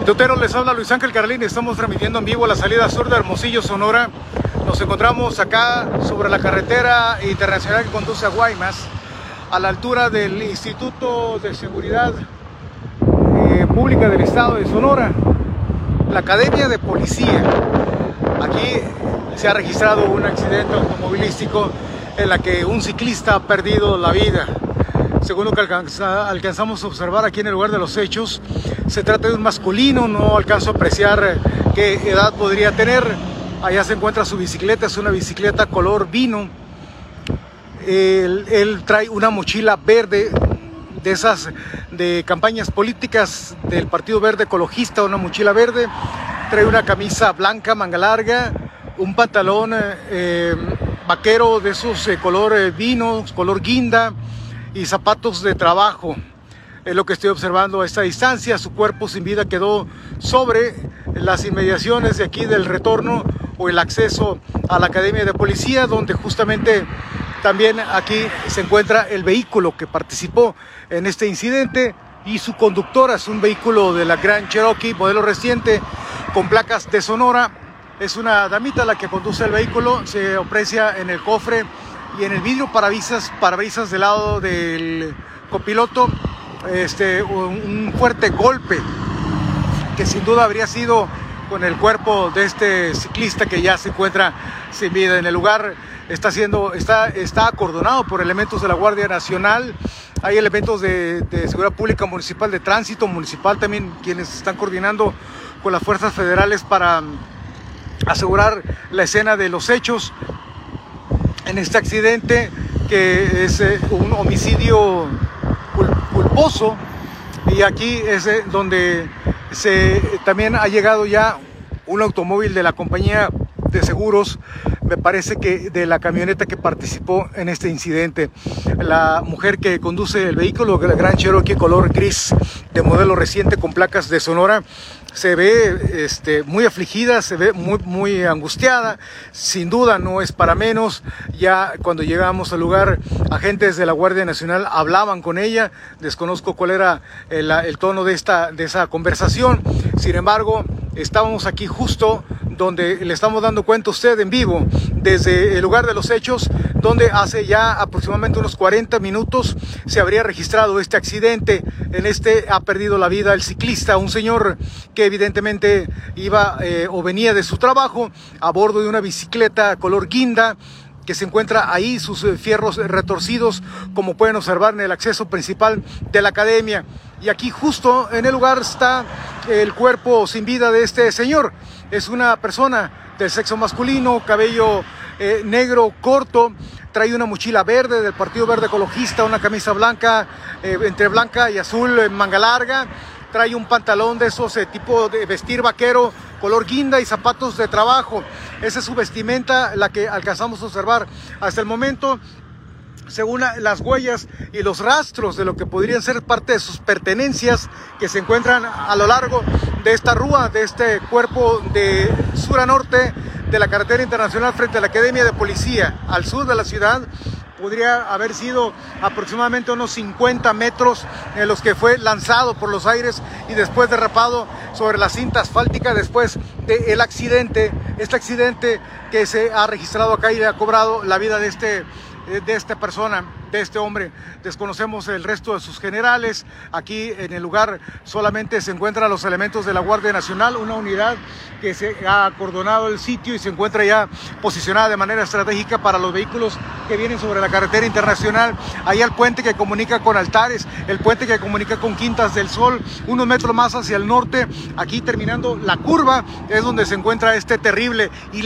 Tuteros, les habla Luis Ángel Carlín. Estamos transmitiendo en vivo la salida sur de Hermosillo, Sonora. Nos encontramos acá sobre la carretera internacional que conduce a Guaymas, a la altura del Instituto de Seguridad Pública del Estado de Sonora, la Academia de Policía. Aquí se ha registrado un accidente automovilístico en la que un ciclista ha perdido la vida. Según lo que alcanzamos a observar aquí en el lugar de los hechos, se trata de un masculino. No alcanzo a apreciar qué edad podría tener. Allá se encuentra su bicicleta, es una bicicleta color vino. Él trae una mochila verde, de esas de campañas políticas del Partido Verde Ecologista, una mochila verde. Trae una camisa blanca, manga larga, un pantalón vaquero de esos color vino, color guinda, y zapatos de trabajo. Es lo que estoy observando a esta distancia. Su cuerpo sin vida quedó sobre las inmediaciones de aquí del retorno o el acceso a la Academia de Policía, donde justamente también aquí se encuentra el vehículo que participó en este incidente y su conductora. Es un vehículo de la Grand Cherokee, modelo reciente, con placas de Sonora. Es una damita la que conduce el vehículo. Se aprecia en el cofre y en el vidrio parabrisas del lado del copiloto un fuerte golpe que sin duda habría sido con el cuerpo de este ciclista, que ya se encuentra sin vida. En el lugar está acordonado por elementos de la Guardia Nacional. Hay elementos de Seguridad Pública Municipal, de Tránsito Municipal también, quienes están coordinando con las fuerzas federales para asegurar la escena de los hechos en este accidente, que es un homicidio culposo. Y aquí es donde también ha llegado ya un automóvil de la compañía de seguros, me parece que de la camioneta que participó en este incidente. La mujer que conduce el vehículo, la Grand Cherokee color gris de modelo reciente con placas de Sonora, se ve muy afligida, se ve muy angustiada. Sin duda no es para menos. Ya cuando llegamos al lugar, agentes de la Guardia Nacional hablaban con ella. Desconozco cuál era el tono de esa conversación. Sin embargo, estábamos aquí justo donde le estamos dando cuenta a usted en vivo, desde el lugar de los hechos, donde hace ya aproximadamente unos 40 minutos se habría registrado este accidente. Ha perdido la vida el ciclista, un señor que evidentemente iba o venía de su trabajo a bordo de una bicicleta color guinda, que se encuentra ahí, sus fierros retorcidos, como pueden observar en el acceso principal de la academia. Y aquí justo en el lugar está el cuerpo sin vida de este señor. Es una persona del sexo masculino, cabello negro corto, trae una mochila verde del Partido Verde Ecologista, una camisa blanca, entre blanca y azul, manga larga. Trae un pantalón de esos tipo de vestir vaquero, color guinda, y zapatos de trabajo. Esa es su vestimenta, la que alcanzamos a observar hasta el momento. Según las huellas y los rastros de lo que podrían ser parte de sus pertenencias que se encuentran a lo largo de esta rúa, de este cuerpo de sur a norte de la carretera internacional frente a la Academia de Policía, al sur de la ciudad, podría haber sido aproximadamente unos 50 metros en los que fue lanzado por los aires y después derrapado sobre la cinta asfáltica después del accidente. Este accidente que se ha registrado acá y le ha cobrado la vida de esta persona, de este hombre. Desconocemos el resto de sus generales. Aquí en el lugar solamente se encuentran los elementos de la Guardia Nacional, una unidad que se ha acordonado el sitio y se encuentra ya posicionada de manera estratégica para los vehículos que vienen sobre la carretera internacional. Ahí el puente que comunica con Altares, el puente que comunica con Quintas del Sol, unos metros más hacia el norte. Aquí terminando la curva es donde se encuentra este terrible y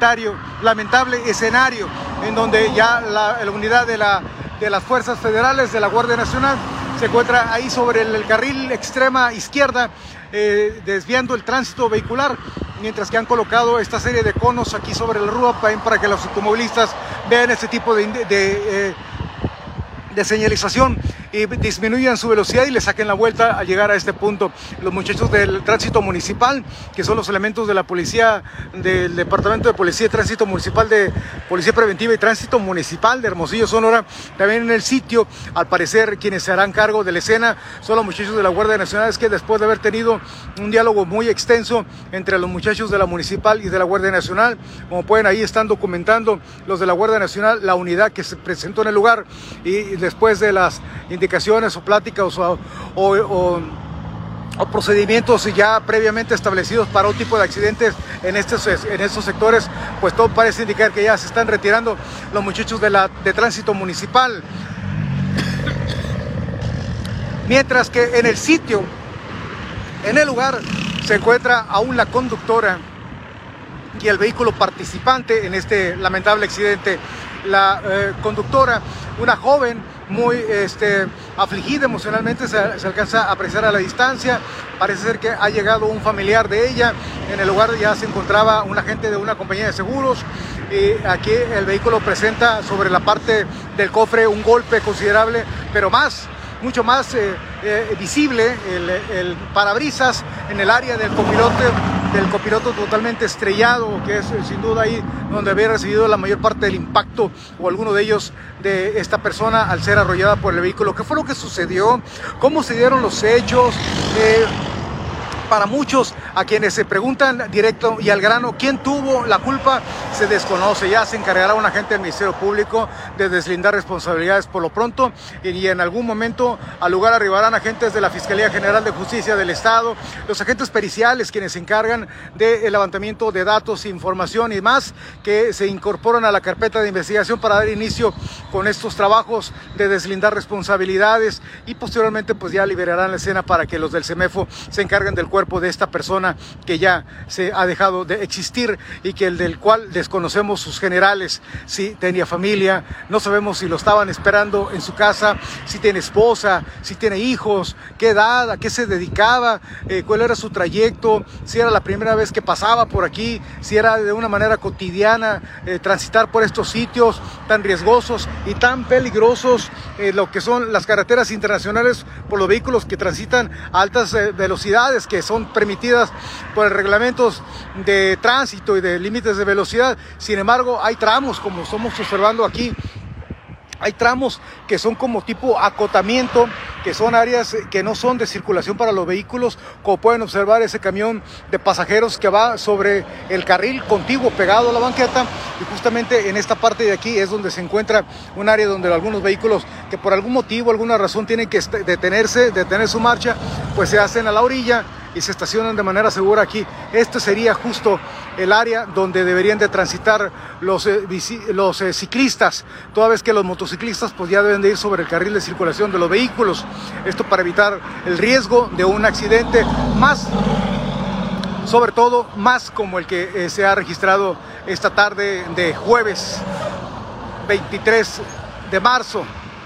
lamentable escenario, en donde ya la unidad de las fuerzas federales de la Guardia Nacional se encuentra ahí sobre el carril extrema izquierda, desviando el tránsito vehicular, mientras que han colocado esta serie de conos aquí sobre la rúa para que los automovilistas vean este tipo de señalización y disminuyan su velocidad y le saquen la vuelta al llegar a este punto. Los muchachos del tránsito municipal, que son los elementos de la policía, del Departamento de Policía y Tránsito Municipal, de Policía Preventiva y Tránsito Municipal de Hermosillo, Sonora, también en el sitio. Al parecer, quienes se harán cargo de la escena son los muchachos de la Guardia Nacional. Es que después de haber tenido un diálogo muy extenso entre los muchachos de la Municipal y de la Guardia Nacional, como pueden ahí están documentando los de la Guardia Nacional la unidad que se presentó en el lugar, y después de las indicaciones o pláticas o procedimientos ya previamente establecidos para un tipo de accidentes en estos sectores, pues todo parece indicar que ya se están retirando los muchachos de tránsito municipal. Mientras que en el sitio, en el lugar, se encuentra aún la conductora y el vehículo participante en este lamentable accidente. La conductora, una joven muy afligida emocionalmente, se alcanza a apreciar a la distancia. Parece ser que ha llegado un familiar de ella. En el lugar ya se encontraba un agente de una compañía de seguros, y aquí el vehículo presenta sobre la parte del cofre un golpe considerable, pero mucho más visible el parabrisas en el área del copiloto totalmente estrellado, que es sin duda ahí donde había recibido la mayor parte del impacto, o alguno de ellos, de esta persona al ser arrollada por el vehículo. ¿Qué fue lo que sucedió? ¿Cómo se dieron los hechos? Para muchos, a quienes se preguntan directo y al grano quién tuvo la culpa, se desconoce. Ya se encargará un agente del Ministerio Público de deslindar responsabilidades por lo pronto, y en algún momento al lugar arribarán agentes de la Fiscalía General de Justicia del Estado, los agentes periciales, quienes se encargan del levantamiento de datos, información y más, que se incorporan a la carpeta de investigación para dar inicio con estos trabajos de deslindar responsabilidades, y posteriormente pues ya liberarán la escena para que los del CEMEFO se encarguen del cuerpo de esta persona que ya se ha dejado de existir, y que del cual desconocemos sus generales, si tenía familia, no sabemos si lo estaban esperando en su casa, si tiene esposa, si tiene hijos, qué edad, a qué se dedicaba, cuál era su trayecto, si era la primera vez que pasaba por aquí, si era de una manera cotidiana transitar por estos sitios tan riesgosos y tan peligrosos, lo que son las carreteras internacionales, por los vehículos que transitan a altas velocidades que son permitidas por reglamentos de tránsito y de límites de velocidad. Sin embargo, hay tramos, como estamos observando aquí, hay tramos que son como tipo acotamiento, que son áreas que no son de circulación para los vehículos, como pueden observar ese camión de pasajeros que va sobre el carril contiguo pegado a la banqueta, y justamente en esta parte de aquí es donde se encuentra un área donde algunos vehículos que por algún motivo, alguna razón tienen que detener su marcha, pues se hacen a la orilla y se estacionan de manera segura aquí. Este sería justo el área donde deberían de transitar los ciclistas, toda vez que los motociclistas pues ya deben de ir sobre el carril de circulación de los vehículos. Esto para evitar el riesgo de un accidente, más, sobre todo, más como el que se ha registrado esta tarde de jueves 23 de marzo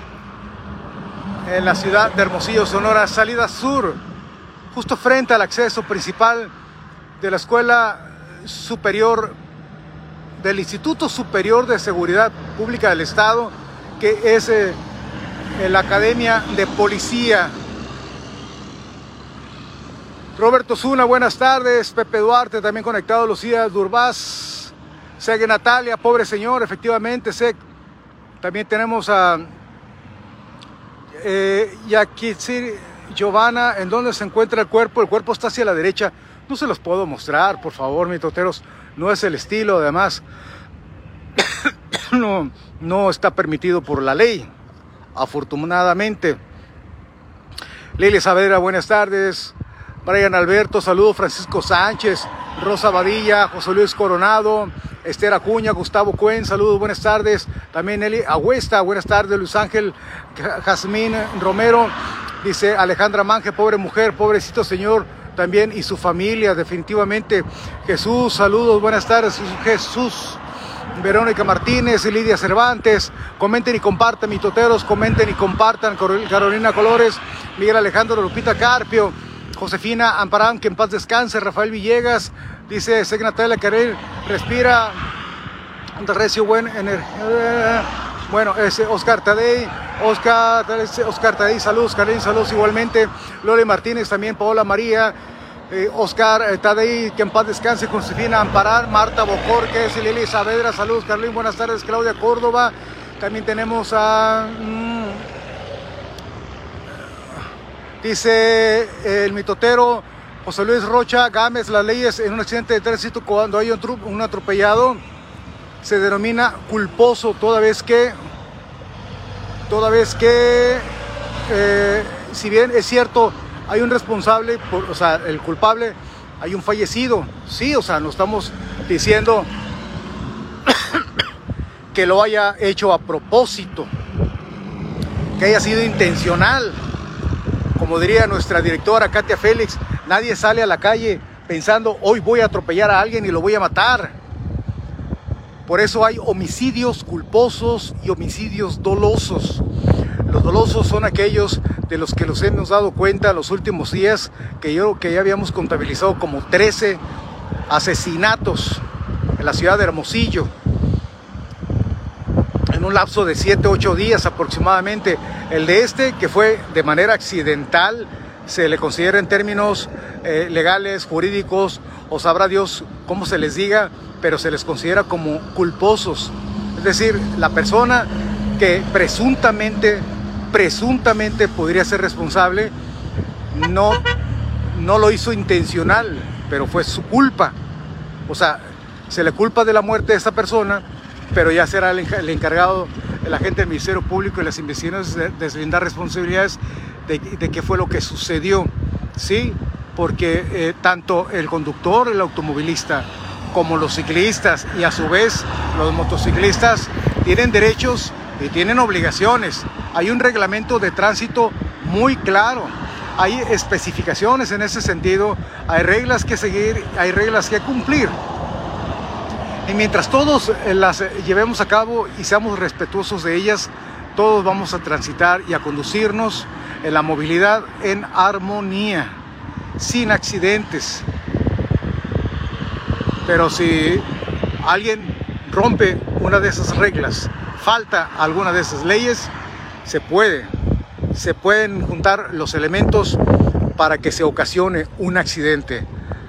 en la ciudad de Hermosillo, Sonora, salida sur, justo frente al acceso principal de la Escuela Superior del Instituto Superior de Seguridad Pública del Estado, que es la Academia de Policía. Roberto Zuna, buenas tardes. Pepe Duarte, también conectado. Lucía Durbaz, Segue Natalia, pobre señor, efectivamente. También tenemos a Yaquitsir Giovanna. ¿En dónde se encuentra el cuerpo? El cuerpo está hacia la derecha. No se los puedo mostrar, por favor, mitoteros. No es el estilo, además. No está permitido por la ley, afortunadamente. Lili Saavedra, buenas tardes. Brian Alberto, saludos. Francisco Sánchez, Rosa Badilla, José Luis Coronado, Esther Acuña, Gustavo Cuen, saludos, buenas tardes. También Eli Agüesta, buenas tardes. Luis Ángel Jazmín Romero, dice Alejandra Manje, pobre mujer, pobrecito señor, también, y su familia, definitivamente. Jesús, saludos, buenas tardes. Jesús. Verónica Martínez y Lidia Cervantes, comenten y compartan, mitoteros, comenten y compartan. Carolina Colores, Miguel Alejandro, Lupita Carpio, Josefina Amparán, que en paz descanse. Rafael Villegas, dice Seg Natalia Carril, respira, anda recio, buen energía. Bueno, Oscar Tadei, saludos, Karen, saludos igualmente. Lore Martínez también, Paola María, Oscar Tadei, que en paz descanse, Josefina Amparar, Marta Bocorques, Lili Saavedra, saludos, Carlín, buenas tardes, Claudia Córdoba. También tenemos a... dice el mitotero José Luis Rocha Gámez, las leyes en un accidente de tránsito cuando hay un atropellado se denomina culposo toda vez que si bien es cierto hay un responsable, o sea, el culpable, hay un fallecido, sí, o sea, no estamos diciendo que lo haya hecho a propósito, que haya sido intencional. Como diría nuestra directora Katia Félix, nadie sale a la calle pensando hoy voy a atropellar a alguien y lo voy a matar. Por eso hay homicidios culposos y homicidios dolosos. Los dolosos son aquellos de los que nos hemos dado cuenta los últimos días, que ya habíamos contabilizado como 13 asesinatos en la ciudad de Hermosillo, en un lapso de 7-8 días aproximadamente. El de que fue de manera accidental, se le considera en términos legales, jurídicos, o sabrá Dios cómo se les diga, pero se les considera como culposos. Es decir, la persona que presuntamente podría ser responsable, no lo hizo intencional, pero fue su culpa. O sea, se le culpa de la muerte de esa persona, pero ya será el encargado, el agente del Ministerio Público y las investigaciones de deslindar responsabilidades de qué fue lo que sucedió, ¿sí? Porque tanto el conductor, el automovilista, como los ciclistas y a su vez los motociclistas tienen derechos y tienen obligaciones. Hay un reglamento de tránsito muy claro, hay especificaciones en ese sentido, hay reglas que seguir, hay reglas que cumplir. Y mientras todos las llevemos a cabo y seamos respetuosos de ellas, todos vamos a transitar y a conducirnos en la movilidad en armonía, sin accidentes. Pero si alguien rompe una de esas reglas, falta alguna de esas leyes, se pueden juntar los elementos para que se ocasione un accidente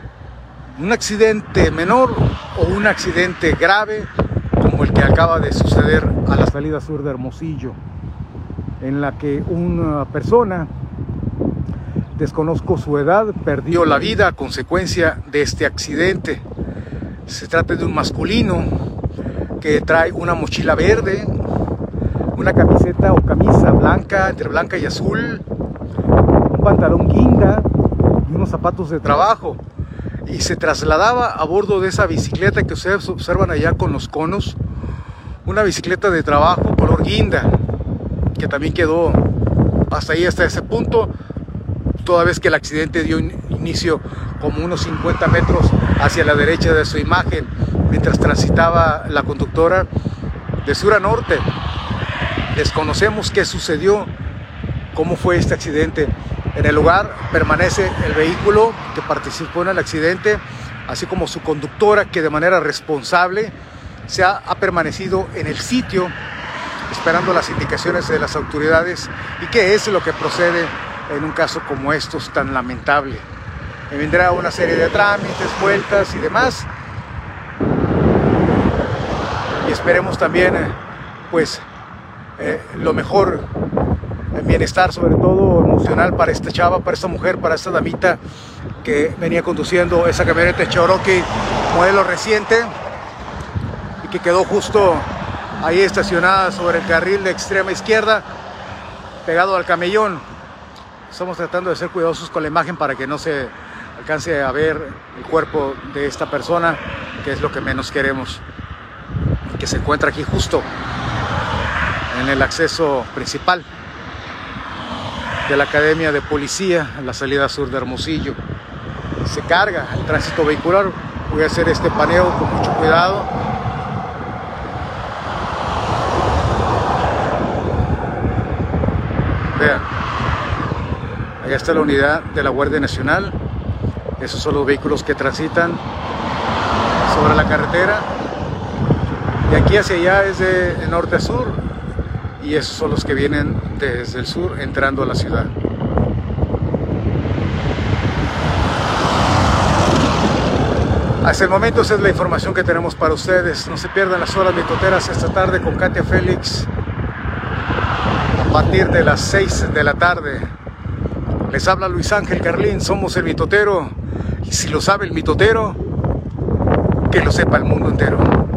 menor o un accidente grave, como el que acaba de suceder a la salida sur de Hermosillo, en la que una persona, desconozco su edad, perdió la vida a consecuencia de este accidente. Se trata de un masculino que trae una mochila verde, una camiseta o camisa blanca, entre blanca y azul, un pantalón guinda y unos zapatos de trabajo. Y se trasladaba a bordo de esa bicicleta que ustedes observan allá con los conos, una bicicleta de trabajo color guinda, que también quedó hasta ese punto, toda vez que el accidente dio inicio como unos 50 metros hacia la derecha de su imagen, mientras transitaba la conductora de sur a norte. Desconocemos qué sucedió, cómo fue este accidente. En el lugar permanece el vehículo que participó en el accidente, así como su conductora, que de manera responsable ha permanecido en el sitio esperando las indicaciones de las autoridades y qué es lo que procede en un caso como estos tan lamentable. Vendrá una serie de trámites, vueltas y demás, y esperemos también lo mejor, el bienestar sobre todo emocional para esta chava, para esta mujer, para esta damita que venía conduciendo esa camioneta Cherokee modelo reciente y que quedó justo ahí estacionada sobre el carril de extrema izquierda, pegado al camellón. Estamos tratando de ser cuidadosos con la imagen para que no se alcance a ver el cuerpo de esta persona, que es lo que menos queremos, que se encuentra aquí justo en el acceso principal de la Academia de Policía, en la salida sur de Hermosillo. Se carga el tránsito vehicular. Voy a hacer este paneo con mucho cuidado. Vean, allá está la unidad de la Guardia Nacional. Esos son los vehículos que transitan sobre la carretera. De aquí hacia allá es de norte a sur. y esos son los que vienen desde el sur entrando a la ciudad. Hasta el momento esa es la información que tenemos para ustedes. No se pierdan las horas mitoteras esta tarde con Katia Félix a partir de las 6 de la tarde. Les habla Luis Ángel Carlín, somos el mitotero, y si lo sabe el mitotero, que lo sepa el mundo entero.